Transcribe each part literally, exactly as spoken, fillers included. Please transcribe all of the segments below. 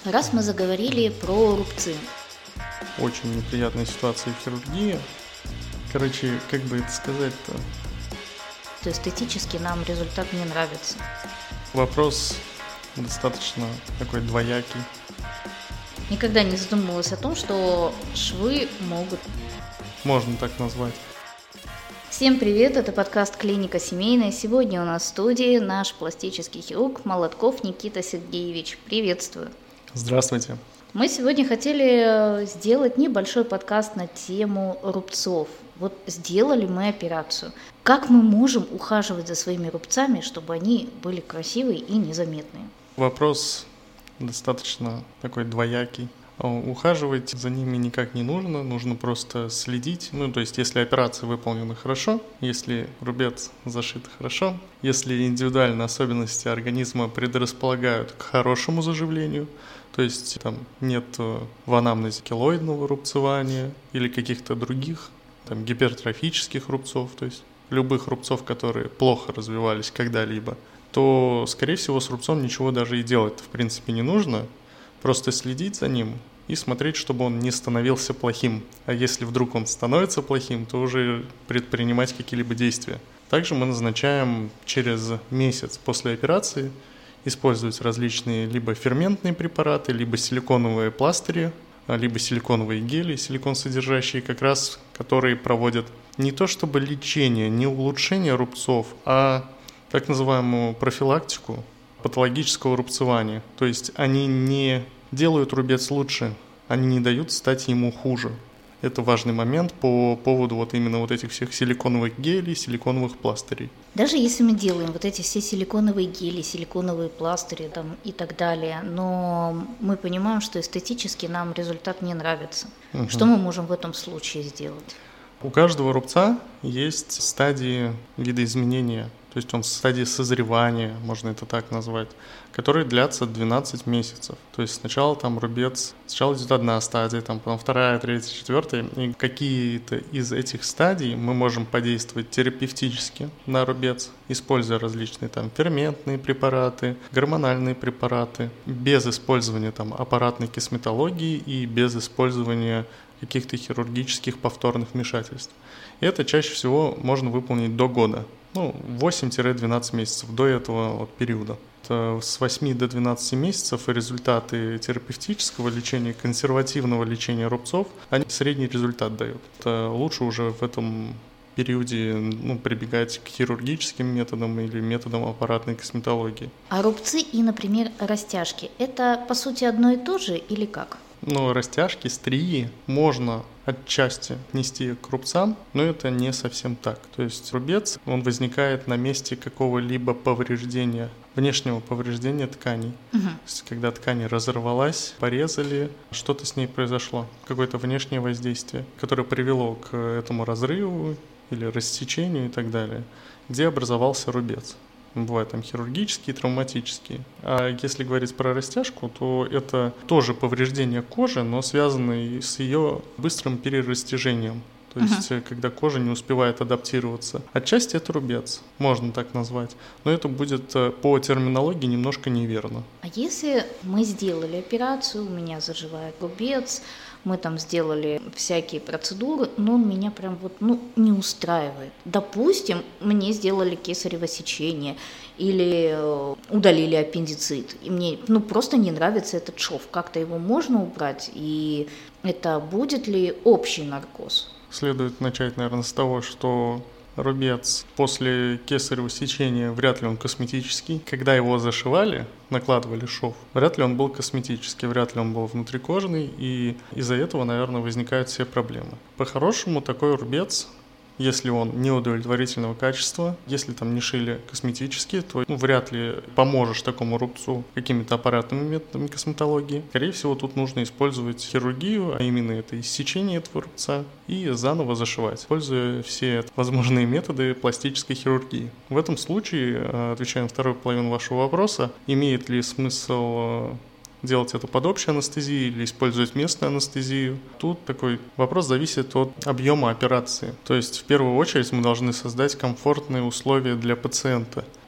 Раз мы заговорили про рубцы. Очень неприятная ситуация в хирургии. Короче, как бы это сказать-то? То эстетически нам результат не нравится. Вопрос достаточно такой двоякий. Никогда не задумывалась о том, что швы могут... Можно так назвать. Всем привет, это подкаст «Клиника семейная». Сегодня у нас в студии наш пластический хирург Молотков Никита Сергеевич. Приветствую. Здравствуйте. Мы сегодня хотели сделать небольшой подкаст на тему рубцов. Вот сделали мы операцию. Как мы можем ухаживать за своими рубцами, чтобы они были красивые и незаметные? Вопрос достаточно такой двоякий. Ухаживать за ними никак не нужно, нужно просто следить. Ну, то есть, если операция выполнена хорошо, если рубец зашит хорошо, если индивидуальные особенности организма предрасполагают к хорошему заживлению, то есть там нет в анамнезе келоидного рубцевания или каких-то других там, гипертрофических рубцов, то есть любых рубцов, которые плохо развивались когда-либо, то, скорее всего, с рубцом ничего даже и делать в принципе не нужно. Просто следить за ним и смотреть, чтобы он не становился плохим. А если вдруг он становится плохим, то уже предпринимать какие-либо действия. Также мы назначаем через месяц после операции использовать различные либо ферментные препараты, либо силиконовые пластыри, либо силиконовые гели, силикон содержащие, как раз которые проводят не то чтобы лечение, не улучшение рубцов, а так называемую профилактику патологического рубцевания. То есть они не делают рубец лучше, они не дают стать ему хуже. Это важный момент по поводу вот именно вот этих всех силиконовых гелей, силиконовых пластырей. Даже если мы делаем вот эти все силиконовые гели, силиконовые пластыри там, и так далее, но мы понимаем, что эстетически нам результат не нравится. Угу. Что мы можем в этом случае сделать? У каждого рубца есть стадии видоизменения. То есть он в стадии созревания, можно это так назвать, которые длятся двенадцать месяцев. То есть сначала там рубец, сначала идет одна стадия, там, потом вторая, третья, четвертая. И какие-то из этих стадий мы можем подействовать терапевтически на рубец, используя различные там ферментные препараты, гормональные препараты, без использования там аппаратной косметологии и без использования каких-то хирургических повторных вмешательств. И это чаще всего можно выполнить до года. Ну, восемь-двенадцать месяцев до этого вот периода. Это с восьми до двенадцати месяцев результаты терапевтического лечения, консервативного лечения рубцов, они средний результат дают. Это лучше уже в этом периоде ну, прибегать к хирургическим методам или методам аппаратной косметологии. А рубцы и, например, растяжки – это, по сути, одно и то же или как? Ну, растяжки, стрии можно отчасти отнести к рубцам, но это не совсем так. То есть рубец, он возникает на месте какого-либо повреждения, внешнего повреждения тканей. Угу. То есть когда ткань разорвалась, порезали, что-то с ней произошло, какое-то внешнее воздействие, которое привело к этому разрыву или рассечению и так далее, где образовался рубец. Бывают там хирургические, травматические. А если говорить про растяжку, то это тоже повреждение кожи, но связанное с ее быстрым перерастяжением. То есть, uh-huh. когда кожа не успевает адаптироваться. Отчасти это рубец, можно так назвать. Но это будет по терминологии немножко неверно. А если мы сделали операцию, у меня заживает рубец, мы там сделали всякие процедуры, но он меня прям вот, ну, не устраивает. Допустим, мне сделали кесарево сечение или удалили аппендицит, и мне, ну, просто не нравится этот шов. Как-то его можно убрать, и это будет ли общий наркоз? Следует начать, наверное, с того, что рубец после кесарево сечения вряд ли он косметический. Когда его зашивали, накладывали шов, вряд ли он был косметический, вряд ли он был внутрикожный, и из-за этого, наверное, возникают все проблемы. По-хорошему, такой рубец, если он неудовлетворительного качества, если там не шили косметически, то ну, вряд ли поможешь такому рубцу какими-то аппаратными методами косметологии. Скорее всего, тут нужно использовать хирургию, а именно это иссечение этого рубца, и заново зашивать, используя все возможные методы пластической хирургии. В этом случае, отвечая на вторую половину вашего вопроса, имеет ли смысл делать это под общей анестезией или использовать местную анестезию. Тут такой вопрос зависит от объема операции. То есть в первую очередь мы должны создать комфортные условия для пациента.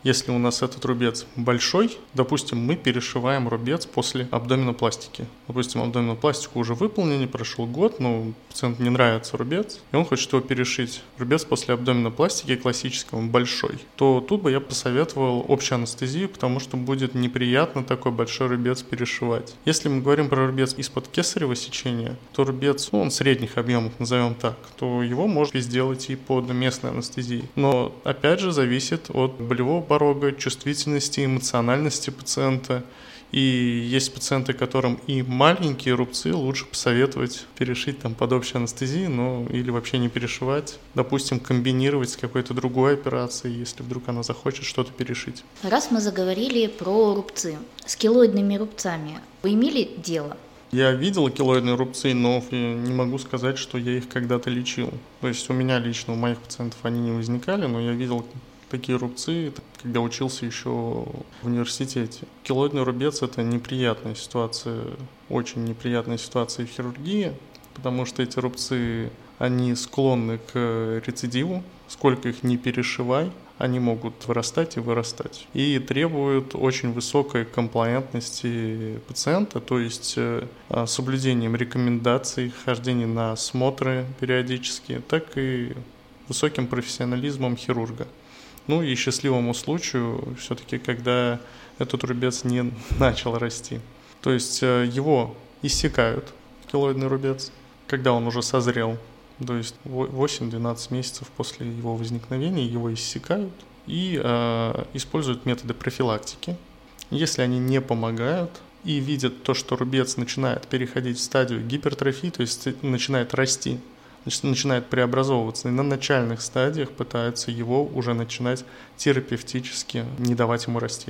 Если у нас этот рубец большой, допустим, мы перешиваем рубец после абдоминопластики. Допустим, абдоминопластику уже выполнили, прошел год, но пациенту не нравится рубец, и он хочет его перешить. Рубец после абдоминопластики классического большой. То тут бы я посоветовал общую анестезию, потому что будет неприятно такой большой рубец перешивать. Если мы говорим про рубец из-под кесарево сечения, то рубец, ну, он средних объемов, назовем так, то его можно сделать и под местной анестезией. Но опять же зависит от болевого порога, чувствительности, эмоциональности пациента. И есть пациенты, которым и маленькие рубцы лучше посоветовать перешить там под общей анестезией, но или вообще не перешивать. Допустим, комбинировать с какой-то другой операцией, если вдруг она захочет что-то перешить. Раз мы заговорили про рубцы, с килоидными рубцами вы имели дело? Я видел килоидные рубцы, но не могу сказать, что я их когда-то лечил. То есть у меня лично, у моих пациентов они не возникали, но я видел такие рубцы, когда учился еще в университете. Килоидный рубец – это неприятная ситуация, очень неприятная ситуация в хирургии, потому что эти рубцы, они склонны к рецидиву, сколько их не перешивай, они могут вырастать и вырастать. И требуют очень высокой комплаентности пациента, то есть э, соблюдением рекомендаций, хождением на осмотры периодически, так и высоким профессионализмом хирурга. Ну и счастливому случаю все-таки, когда этот рубец не начал расти. То есть э, его иссекают, килоидный рубец, когда он уже созрел. То есть восемь-двенадцать месяцев после его возникновения его иссекают и э, используют методы профилактики. Если они не помогают и видят то, что рубец начинает переходить в стадию гипертрофии, то есть начинает расти, начинает преобразовываться, и на начальных стадиях пытаются его уже начинать терапевтически не давать ему расти.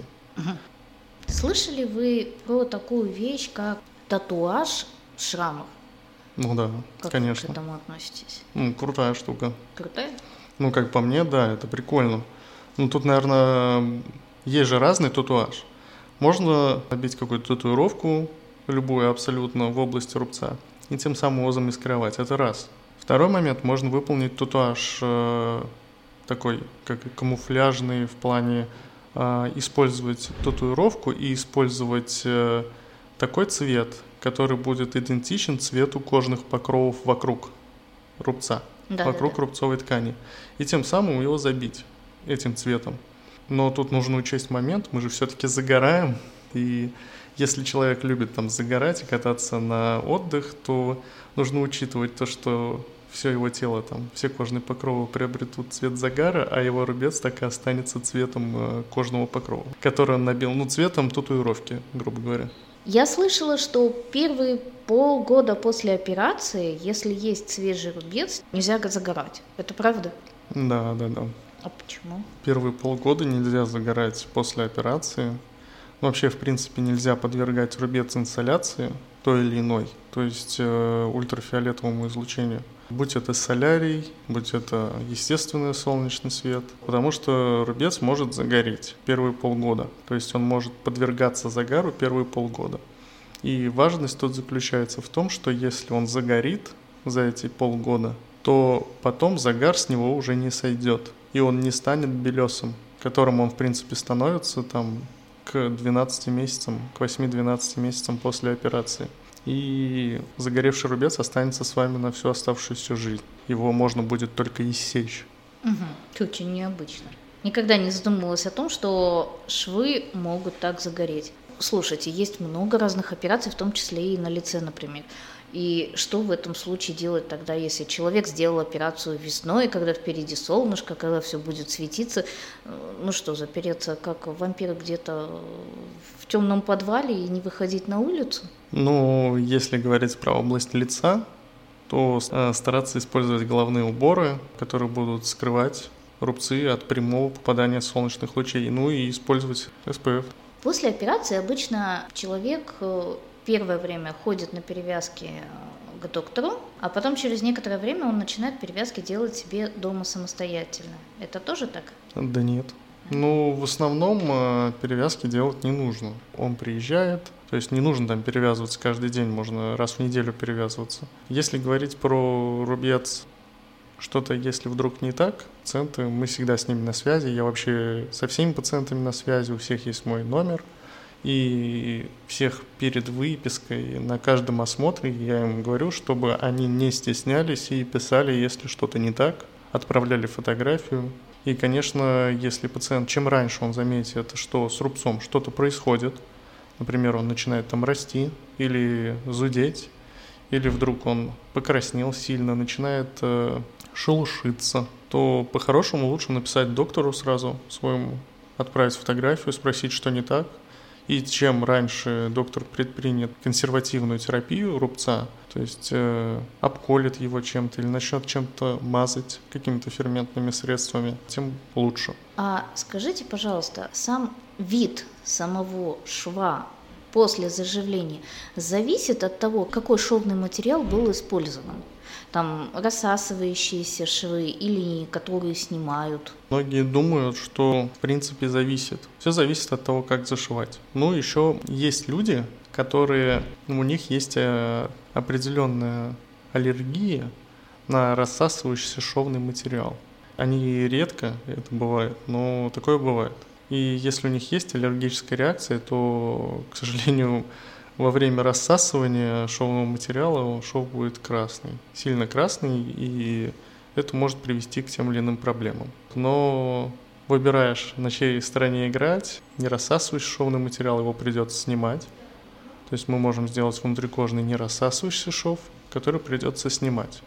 Слышали вы про такую вещь, как татуаж шрамов? Ну да, как конечно. Как вы к этому относитесь? Ну, крутая штука. Крутая? Ну, как по мне, да, это прикольно. Ну, тут, наверное, есть же разный татуаж. Можно набить какую-то татуировку, любую абсолютно, в области рубца, и тем самым его замаскировать. Это раз. Второй момент, можно выполнить татуаж э, такой, как камуфляжный, в плане э, использовать татуировку и использовать э, такой цвет, который будет идентичен цвету кожных покровов вокруг рубца, да, вокруг да, да. рубцовой ткани. И тем самым его забить этим цветом. Но тут нужно учесть момент, мы же все-таки загораем, и если человек любит там загорать и кататься на отдых, то нужно учитывать то, что все его тело, там, все кожные покровы приобретут цвет загара, а его рубец так и останется цветом кожного покрова, который он набил, ну, цветом татуировки, грубо говоря. Я слышала, что первые полгода после операции, если есть свежий рубец, нельзя загорать. Это правда? Да, да, да. А почему? Первые полгода нельзя загорать после операции. Вообще, в принципе, нельзя подвергать рубец инсоляции той или иной, то есть э, ультрафиолетовому излучению. Будь это солярий, будь это естественный солнечный свет, потому что рубец может загореть первые полгода, то есть он может подвергаться загару первые полгода. И важность тут заключается в том, что если он загорит за эти полгода, то потом загар с него уже не сойдет, и он не станет белесым, которым он, в принципе, становится там к двенадцати месяцам, к восьми-двенадцати месяцам после операции. И загоревший рубец останется с вами на всю оставшуюся жизнь. Его можно будет только иссечь. Угу. Очень необычно. Никогда не задумывалась о том, что швы могут так загореть. Слушайте, есть много разных операций, в том числе и на лице, например. И что в этом случае делать тогда, если человек сделал операцию весной, когда впереди солнышко, когда все будет светиться? Ну что, запереться как вампир где-то в темном подвале и не выходить на улицу? Ну, если говорить про область лица, то стараться использовать головные уборы, которые будут скрывать рубцы от прямого попадания солнечных лучей, ну и использовать эс пэ эф. После операции обычно человек первое время ходит на перевязки к доктору, а потом через некоторое время он начинает перевязки делать себе дома самостоятельно. Это тоже так? Да нет. Ну, в основном перевязки делать не нужно. Он приезжает, то есть не нужно там перевязываться каждый день, можно раз в неделю перевязываться. Если говорить про рубец что-то, если вдруг не так, пациенты, мы всегда с ними на связи, я вообще со всеми пациентами на связи, у всех есть мой номер, и всех перед выпиской на каждом осмотре я им говорю, чтобы они не стеснялись и писали, если что-то не так, отправляли фотографию. И, конечно, если пациент, чем раньше он заметит, что с рубцом что-то происходит, например, он начинает там расти или зудеть, или вдруг он покраснел сильно, начинает э, шелушиться, то по-хорошему лучше написать доктору сразу своему, отправить фотографию, спросить, что не так. И чем раньше доктор предпринят консервативную терапию рубца, то есть э, обколет его чем-то или начнет чем-то мазать какими-то ферментными средствами, тем лучше. А скажите, пожалуйста, сам вид самого шва после заживления зависит от того, какой шовный материал был использован? Там рассасывающиеся швы или которые снимают? Многие думают, что в принципе зависит. Все зависит от того, как зашивать. Ну, еще есть люди, которые, ну, у них есть определенная аллергия на рассасывающийся шовный материал. Они редко, это бывает, но такое бывает. И если у них есть аллергическая реакция, то, к сожалению, во время рассасывания шовного материала шов будет красный, сильно красный, и это может привести к тем или иным проблемам. Но выбираешь, на чьей стороне играть, не рассасывающий шовный материал, его придется снимать. То есть мы можем сделать внутрикожный не рассасывающийся шов, который придется снимать.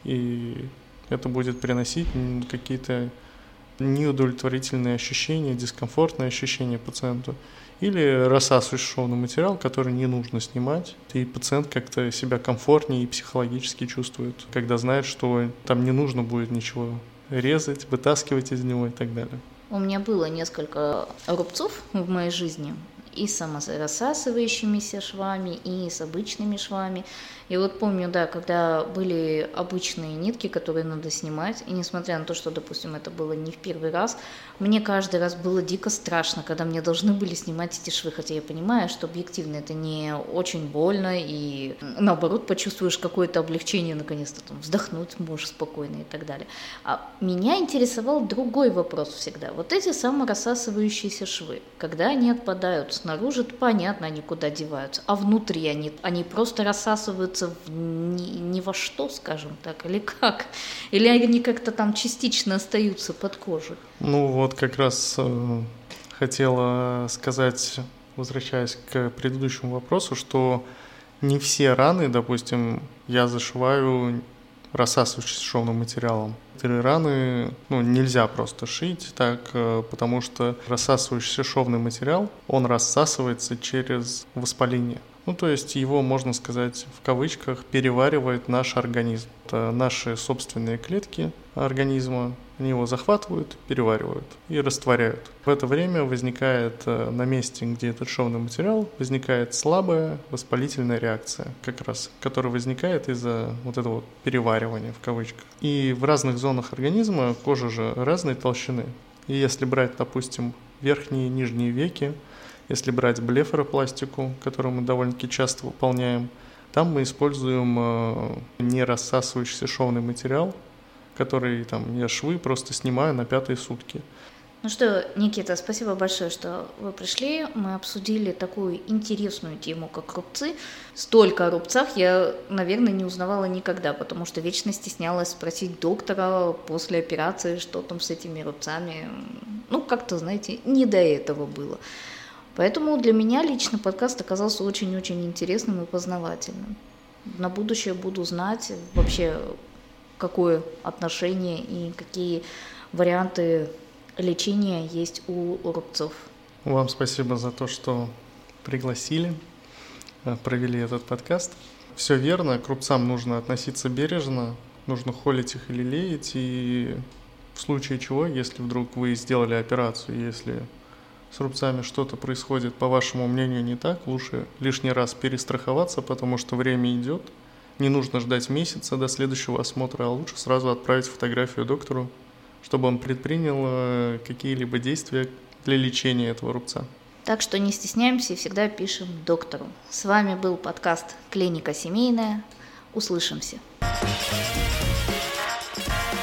И это будет приносить какие-то неудовлетворительные ощущения, дискомфортные ощущения пациенту. Или рассасывающий шовный материал, который не нужно снимать, и пациент как-то себя комфортнее и психологически чувствует, когда знает, что там не нужно будет ничего резать, вытаскивать из него и так далее. У меня было несколько рубцов в моей жизни, и с саморассасывающимися швами, и с обычными швами. И вот помню, да, когда были обычные нитки, которые надо снимать, и несмотря на то, что, допустим, это было не в первый раз, мне каждый раз было дико страшно, когда мне должны были снимать эти швы, хотя я понимаю, что объективно это не очень больно, и наоборот почувствуешь какое-то облегчение, наконец-то там вздохнуть можешь спокойно и так далее. А меня интересовал другой вопрос всегда. Вот эти саморассасывающиеся швы, когда они отпадают снаружи, то понятно, они куда деваются, а внутри они, они просто рассасываются в ни, ни во что, скажем так, или как? Или они как-то там частично остаются под кожей? Ну вот как раз э, хотела сказать, возвращаясь к предыдущему вопросу, что не все раны, допустим, я зашиваю рассасывающимся шовным материалом. Некоторые раны ну, нельзя просто шить так, потому что рассасывающийся шовный материал, он рассасывается через воспаление. Ну, то есть его, можно сказать, в кавычках, переваривает наш организм. Это наши собственные клетки организма, они его захватывают, переваривают и растворяют. В это время возникает на месте, где этот шовный материал, возникает слабая воспалительная реакция, как раз, которая возникает из-за вот этого переваривания, в кавычках. И в разных зонах организма кожа же разной толщины. И если брать, допустим, верхние и нижние веки, если брать блефаропластику, которую мы довольно-таки часто выполняем, там мы используем не рассасывающийся шовный материал, который там, я швы просто снимаю на пятые сутки. Ну что, Никита, спасибо большое, что вы пришли. Мы обсудили такую интересную тему, как рубцы. Столько о рубцах я, наверное, не узнавала никогда, потому что вечно стеснялась спросить доктора после операции, что там с этими рубцами. Ну, как-то, знаете, не до этого было. Поэтому для меня лично подкаст оказался очень-очень интересным и познавательным. На будущее буду знать вообще, какое отношение и какие варианты лечения есть у рубцов. Вам спасибо за то, что пригласили, провели этот подкаст. Все верно, к рубцам нужно относиться бережно, нужно холить их или лелеять, и в случае чего, если вдруг вы сделали операцию, если с рубцами что-то происходит, по вашему мнению, не так, лучше лишний раз перестраховаться, потому что время идет. Не нужно ждать месяца до следующего осмотра, а лучше сразу отправить фотографию доктору, чтобы он предпринял какие-либо действия для лечения этого рубца. Так что не стесняемся и всегда пишем доктору. С вами был подкаст «Клиника семейная». Услышимся.